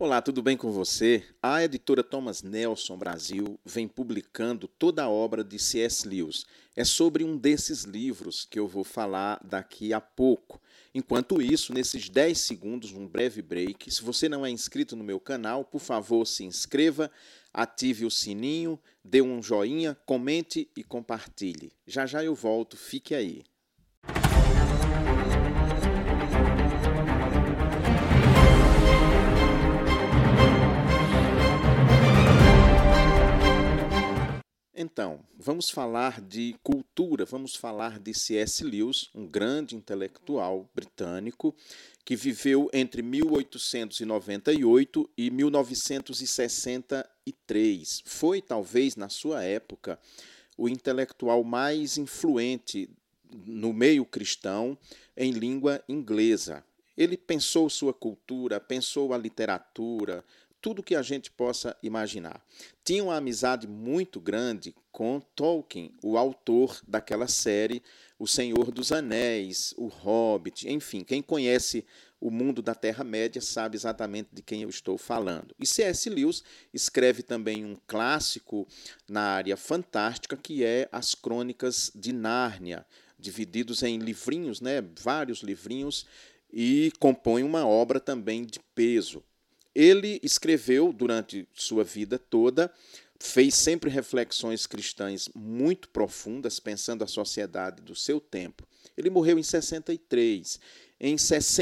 Olá, tudo bem com você? A editora Thomas Nelson Brasil vem publicando toda a obra de C.S. Lewis. É sobre um desses livros que eu vou falar daqui a pouco. Enquanto isso, nesses 10 segundos, um breve break. Se você não é inscrito no meu canal, por favor, se inscreva, ative o sininho, dê um joinha, comente e compartilhe. Já já eu volto, fique aí. Então, vamos falar de cultura, vamos falar de C.S. Lewis, um grande intelectual britânico que viveu entre 1898 e 1963. Foi, talvez, na sua época, o intelectual mais influente no meio cristão em língua inglesa. Ele pensou sua cultura, pensou a literatura, tudo que a gente possa imaginar. Tinha uma amizade muito grande com Tolkien, o autor daquela série O Senhor dos Anéis, O Hobbit, enfim, quem conhece o mundo da Terra-média sabe exatamente de quem eu estou falando. E C.S. Lewis escreve também um clássico na área fantástica, que é As Crônicas de Nárnia, divididos em livrinhos, vários livrinhos, e compõe uma obra também de peso. Ele escreveu durante sua vida toda, fez sempre reflexões cristãs muito profundas, pensando a sociedade do seu tempo. Ele morreu em 63. Em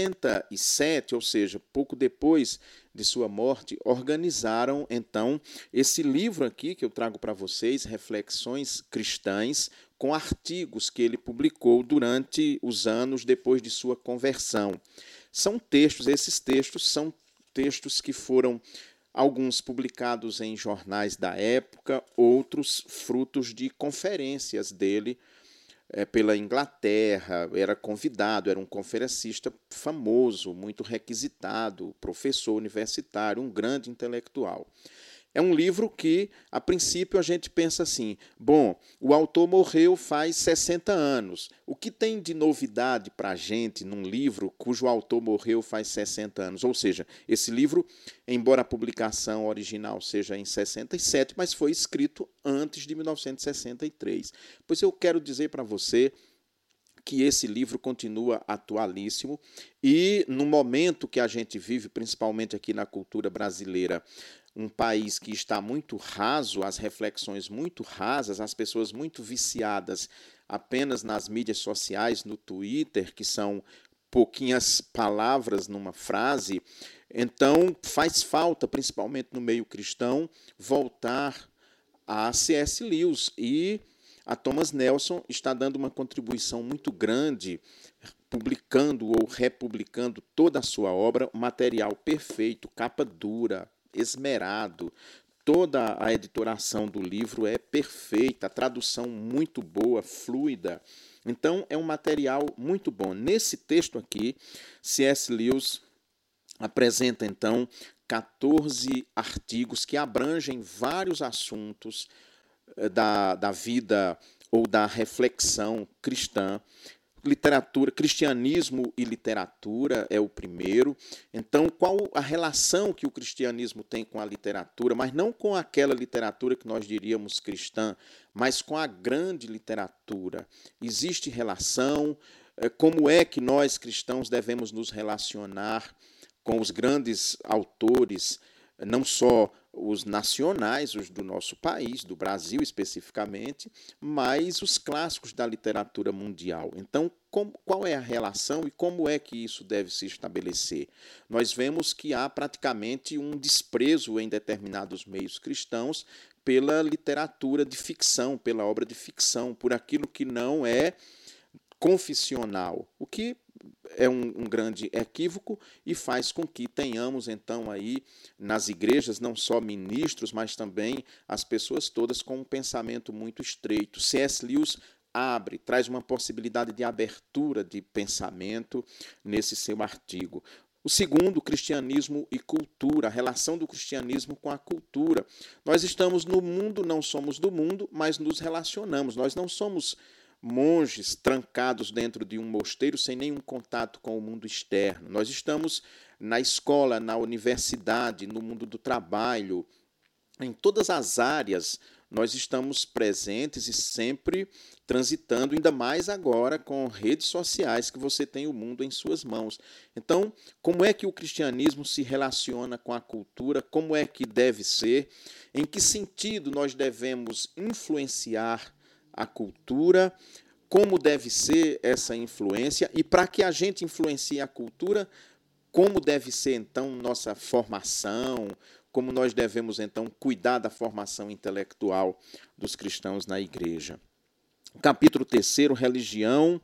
67, ou seja, pouco depois de sua morte, organizaram então esse livro aqui que eu trago para vocês, Reflexões Cristãs, com artigos que ele publicou durante os anos depois de sua conversão. São textos, esses textos são textos que foram alguns publicados em jornais da época, outros frutos de conferências dele pela Inglaterra, era convidado, era um conferencista famoso, muito requisitado, professor universitário, um grande intelectual. É um livro que, a princípio, a gente pensa assim, bom, o autor morreu faz 60 anos. O que tem de novidade para a gente num livro cujo autor morreu faz 60 anos? Ou seja, esse livro, embora a publicação original seja em 67, mas foi escrito antes de 1963. Pois eu quero dizer para você que esse livro continua atualíssimo e, no momento que a gente vive, principalmente aqui na cultura brasileira, um país que está muito raso, as reflexões muito rasas, as pessoas muito viciadas apenas nas mídias sociais, no Twitter, que são pouquinhas palavras numa frase. Então, faz falta, principalmente no meio cristão, voltar a C.S. Lewis. E a Thomas Nelson está dando uma contribuição muito grande, publicando ou republicando toda a sua obra, material perfeito, capa dura, esmerado. Toda a editoração do livro é perfeita, a tradução muito boa, fluida. Então, é um material muito bom. Nesse texto aqui, C.S. Lewis apresenta, então, 14 artigos que abrangem vários assuntos da vida ou da reflexão cristã. Literatura, cristianismo e literatura é o primeiro. Então, qual a relação que o cristianismo tem com a literatura, mas não com aquela literatura que nós diríamos cristã, mas com a grande literatura? Existe relação? Como é que nós cristãos devemos nos relacionar com os grandes autores, não só os nacionais, os do nosso país, do Brasil especificamente, mas os clássicos da literatura mundial. Então, qual é a relação e como é que isso deve se estabelecer? Nós vemos que há praticamente um desprezo em determinados meios cristãos pela literatura de ficção, pela obra de ficção, por aquilo que não é confissional, o que é um grande equívoco e faz com que tenhamos, então, aí nas igrejas, não só ministros, mas também as pessoas todas com um pensamento muito estreito. C.S. Lewis abre, traz uma possibilidade de abertura de pensamento nesse seu artigo. O segundo, cristianismo e cultura, a relação do cristianismo com a cultura. Nós estamos no mundo, não somos do mundo, mas nos relacionamos. Nós não somos monges trancados dentro de um mosteiro sem nenhum contato com o mundo externo. Nós estamos na escola, na universidade, no mundo do trabalho, em todas as áreas nós estamos presentes e sempre transitando, ainda mais agora com redes sociais que você tem o mundo em suas mãos. Então, como é que o cristianismo se relaciona com a cultura? Como é que deve ser? Em que sentido nós devemos influenciar a cultura? Como deve ser essa influência? E para que a gente influencie a cultura, como deve ser, então, nossa formação, como nós devemos, então, cuidar da formação intelectual dos cristãos na igreja. Capítulo 3, religião,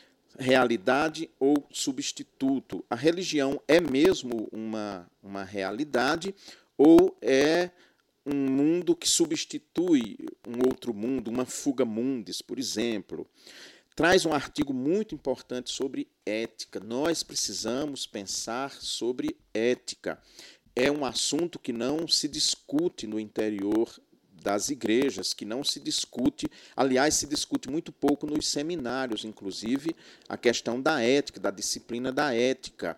realidade ou substituto. A religião é mesmo uma realidade ou é um mundo que substitui um outro mundo, uma fuga mundis, por exemplo? Traz um artigo muito importante sobre ética. Nós precisamos pensar sobre ética. É um assunto que não se discute no interior das igrejas, que não se discute, aliás, se discute muito pouco nos seminários, inclusive, a questão da ética, da disciplina da ética.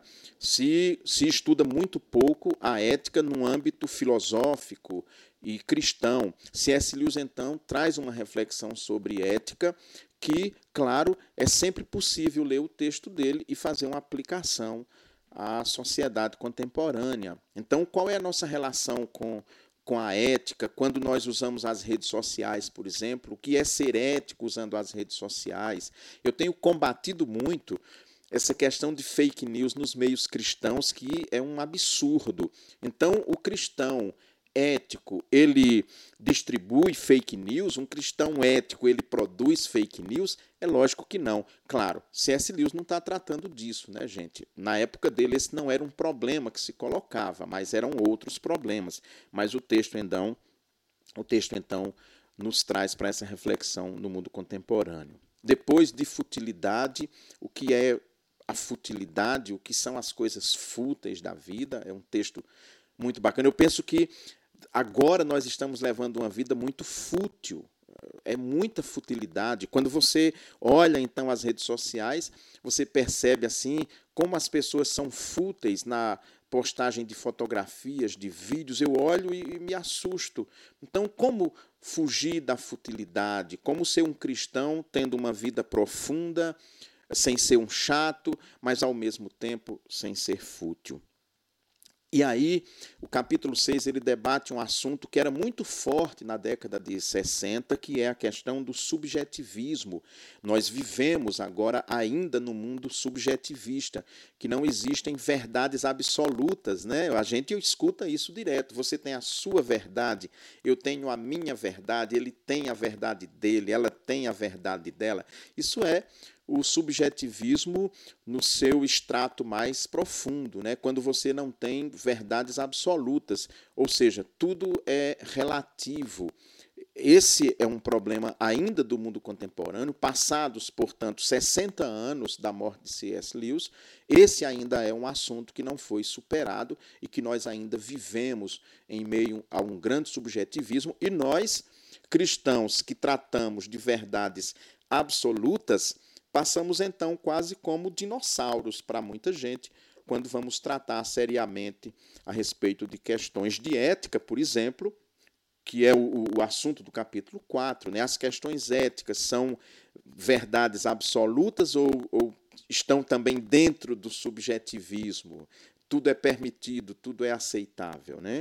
Se estuda muito pouco a ética no âmbito filosófico e cristão. C.S. Lewis, então, traz uma reflexão sobre ética que, claro, é sempre possível ler o texto dele e fazer uma aplicação à sociedade contemporânea. Então, qual é a nossa relação com a ética quando nós usamos as redes sociais, por exemplo? O que é ser ético usando as redes sociais? Eu tenho combatido muito essa questão de fake news nos meios cristãos, que é um absurdo. Então, o cristão ético, ele distribui fake news? Um cristão ético, ele produz fake news? É lógico que não. Claro, C.S. Lewis não está tratando disso, né, gente? Na época dele, esse não era um problema que se colocava, mas eram outros problemas. Mas o texto, então, nos traz para essa reflexão no mundo contemporâneo. Depois de futilidade, o que é a futilidade, o que são as coisas fúteis da vida? É um texto muito bacana. Eu penso que agora nós estamos levando uma vida muito fútil, é muita futilidade. Quando você olha, então, as redes sociais, você percebe, assim, como as pessoas são fúteis na postagem de fotografias, de vídeos. Eu olho e me assusto. Então, como fugir da futilidade? Como ser um cristão tendo uma vida profunda, sem ser um chato, mas, ao mesmo tempo, sem ser fútil? E aí, o capítulo 6, ele debate um assunto que era muito forte na década de 60, que é a questão do subjetivismo. Nós vivemos agora ainda no mundo subjetivista, que não existem verdades absolutas, né? A gente escuta isso direto. Você tem a sua verdade, eu tenho a minha verdade, ele tem a verdade dele, ela tem a verdade dela. Isso é o subjetivismo no seu extrato mais profundo, né? Quando você não tem verdades absolutas, ou seja, tudo é relativo. Esse é um problema ainda do mundo contemporâneo. Passados, portanto, 60 anos da morte de C.S. Lewis, esse ainda é um assunto que não foi superado e que nós ainda vivemos em meio a um grande subjetivismo, e nós, cristãos que tratamos de verdades absolutas, passamos, então, quase como dinossauros para muita gente, quando vamos tratar seriamente a respeito de questões de ética, por exemplo, que é o assunto do capítulo 4. Né? As questões éticas são verdades absolutas ou estão também dentro do subjetivismo? Tudo é permitido, tudo é aceitável, né?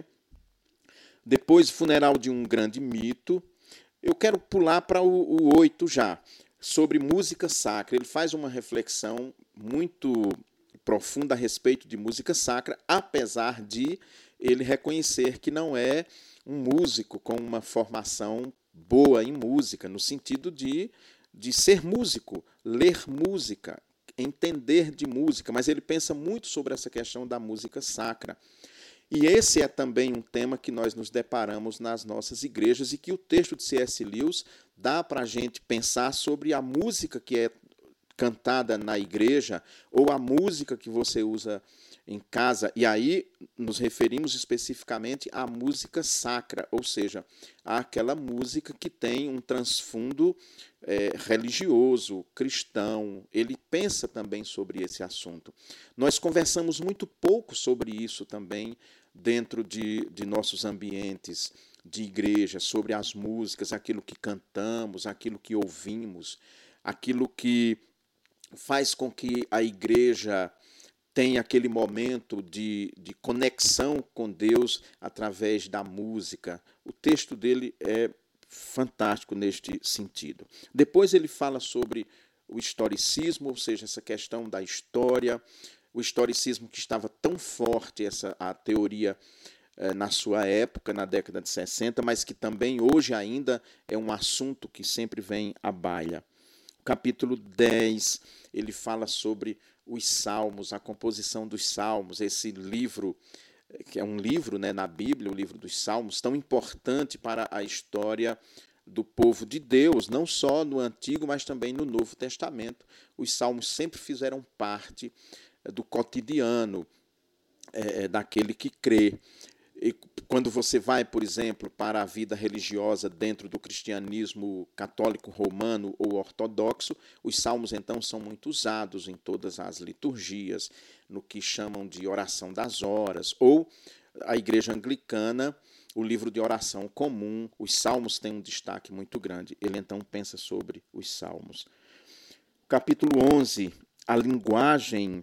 Depois, funeral de um grande mito. Eu quero pular para o 8 já, sobre música sacra. Ele faz uma reflexão muito profunda a respeito de música sacra, apesar de ele reconhecer que não é um músico com uma formação boa em música, no sentido de ser músico, ler música, entender de música, mas ele pensa muito sobre essa questão da música sacra. E esse é também um tema que nós nos deparamos nas nossas igrejas e que o texto de C.S. Lewis dá para a gente pensar sobre a música que é cantada na igreja ou a música que você usa em casa, e aí nos referimos especificamente à música sacra, ou seja, àquela música que tem um transfundo religioso, cristão. Ele pensa também sobre esse assunto. Nós conversamos muito pouco sobre isso também dentro de nossos ambientes de igreja, sobre as músicas, aquilo que cantamos, aquilo que ouvimos, aquilo que faz com que a igreja tem aquele momento de conexão com Deus através da música. O texto dele é fantástico neste sentido. Depois ele fala sobre o historicismo, ou seja, essa questão da história, o historicismo que estava tão forte, a teoria na sua época, na década de 60, mas que também hoje ainda é um assunto que sempre vem à baila. Capítulo 10, ele fala sobre os salmos, a composição dos salmos, esse livro, que é um livro, né, na Bíblia, o livro dos salmos, tão importante para a história do povo de Deus, não só no Antigo, mas também no Novo Testamento. Os salmos sempre fizeram parte do cotidiano daquele que crê. E quando você vai, por exemplo, para a vida religiosa dentro do cristianismo católico romano ou ortodoxo, os salmos então são muito usados em todas as liturgias, no que chamam de oração das horas, ou a igreja anglicana, o livro de oração comum, os salmos têm um destaque muito grande. Ele então pensa sobre os salmos. Capítulo 11, a linguagem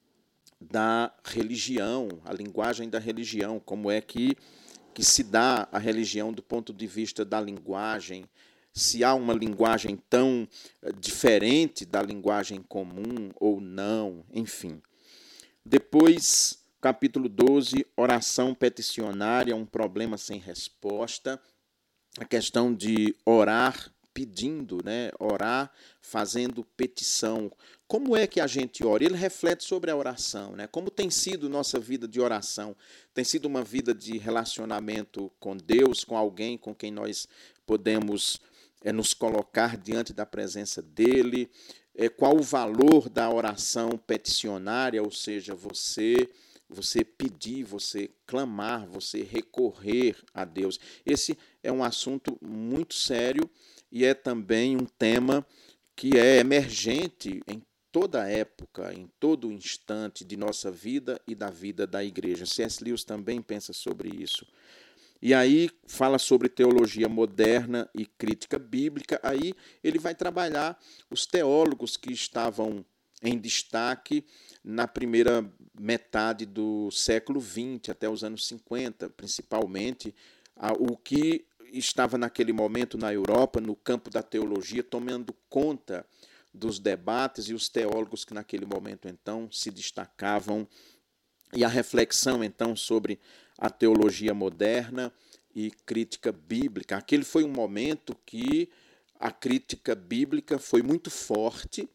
da religião, a linguagem da religião, como é que se dá a religião do ponto de vista da linguagem, se há uma linguagem tão diferente da linguagem comum ou não, enfim. Depois, capítulo 12, oração peticionária, um problema sem resposta, a questão de orar pedindo, né? Orar fazendo petição. Como é que a gente ora? Ele reflete sobre a oração, né? Como tem sido nossa vida de oração? Tem sido uma vida de relacionamento com Deus, com alguém com quem nós podemos nos colocar diante da presença dele? Qual o valor da oração peticionária, ou seja, você pedir, você clamar, você recorrer a Deus. Esse é um assunto muito sério e é também um tema que é emergente em toda a época, em todo instante de nossa vida e da vida da igreja. C.S. Lewis também pensa sobre isso. E aí fala sobre teologia moderna e crítica bíblica. Aí ele vai trabalhar os teólogos que estavam em destaque na primeira metade do século XX, até os anos 50, principalmente, o que estava naquele momento na Europa, no campo da teologia, tomando conta dos debates, e os teólogos que naquele momento, então, se destacavam, e a reflexão, então, sobre a teologia moderna e crítica bíblica. Aquele foi um momento que a crítica bíblica foi muito forte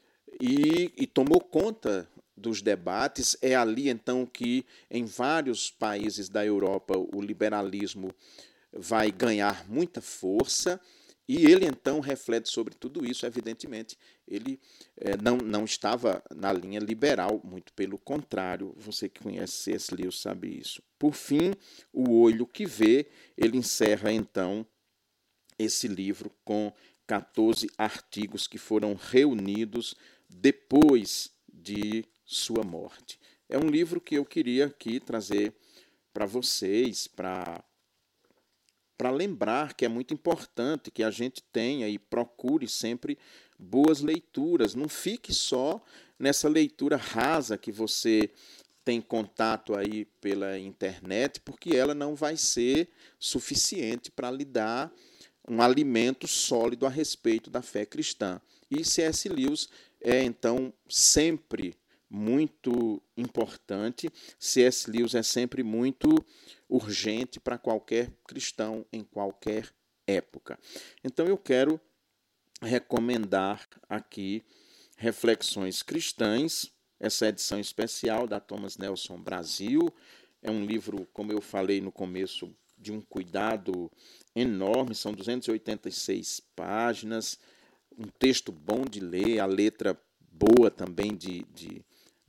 e tomou conta dos debates. É ali, então, que em vários países da Europa o liberalismo vai ganhar muita força, e ele, então, reflete sobre tudo isso. Evidentemente, ele não estava na linha liberal, muito pelo contrário. Você que conhece C.S. Lewis sabe isso. Por fim, O Olho que Vê, ele encerra, então, esse livro com 14 artigos que foram reunidos depois de sua morte. É um livro que eu queria aqui trazer para vocês, para lembrar que é muito importante que a gente tenha e procure sempre boas leituras. Não fique só nessa leitura rasa que você tem contato aí pela internet, porque ela não vai ser suficiente para lhe dar um alimento sólido a respeito da fé cristã. E C.S. Lewis é, então, sempre muito importante. C.S. Lewis é sempre muito urgente para qualquer cristão em qualquer época. Então eu quero recomendar aqui Reflexões Cristãs, essa edição especial da Thomas Nelson Brasil. É um livro, como eu falei no começo, de um cuidado enorme, são 286 páginas, um texto bom de ler, a letra boa também de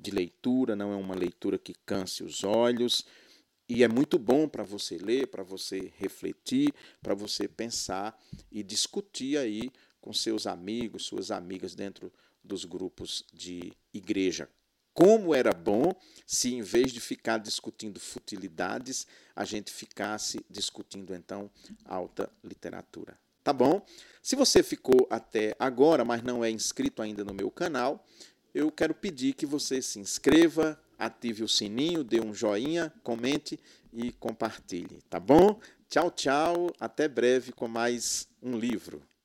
de leitura, não é uma leitura que canse os olhos, e é muito bom para você ler, para você refletir, para você pensar e discutir aí com seus amigos, suas amigas dentro dos grupos de igreja. Como era bom se, em vez de ficar discutindo futilidades, a gente ficasse discutindo, então, alta literatura. Tá bom? Se você ficou até agora, mas não é inscrito ainda no meu canal, eu quero pedir que você se inscreva, ative o sininho, dê um joinha, comente e compartilhe. Tá bom? Tchau, tchau. Até breve com mais um livro.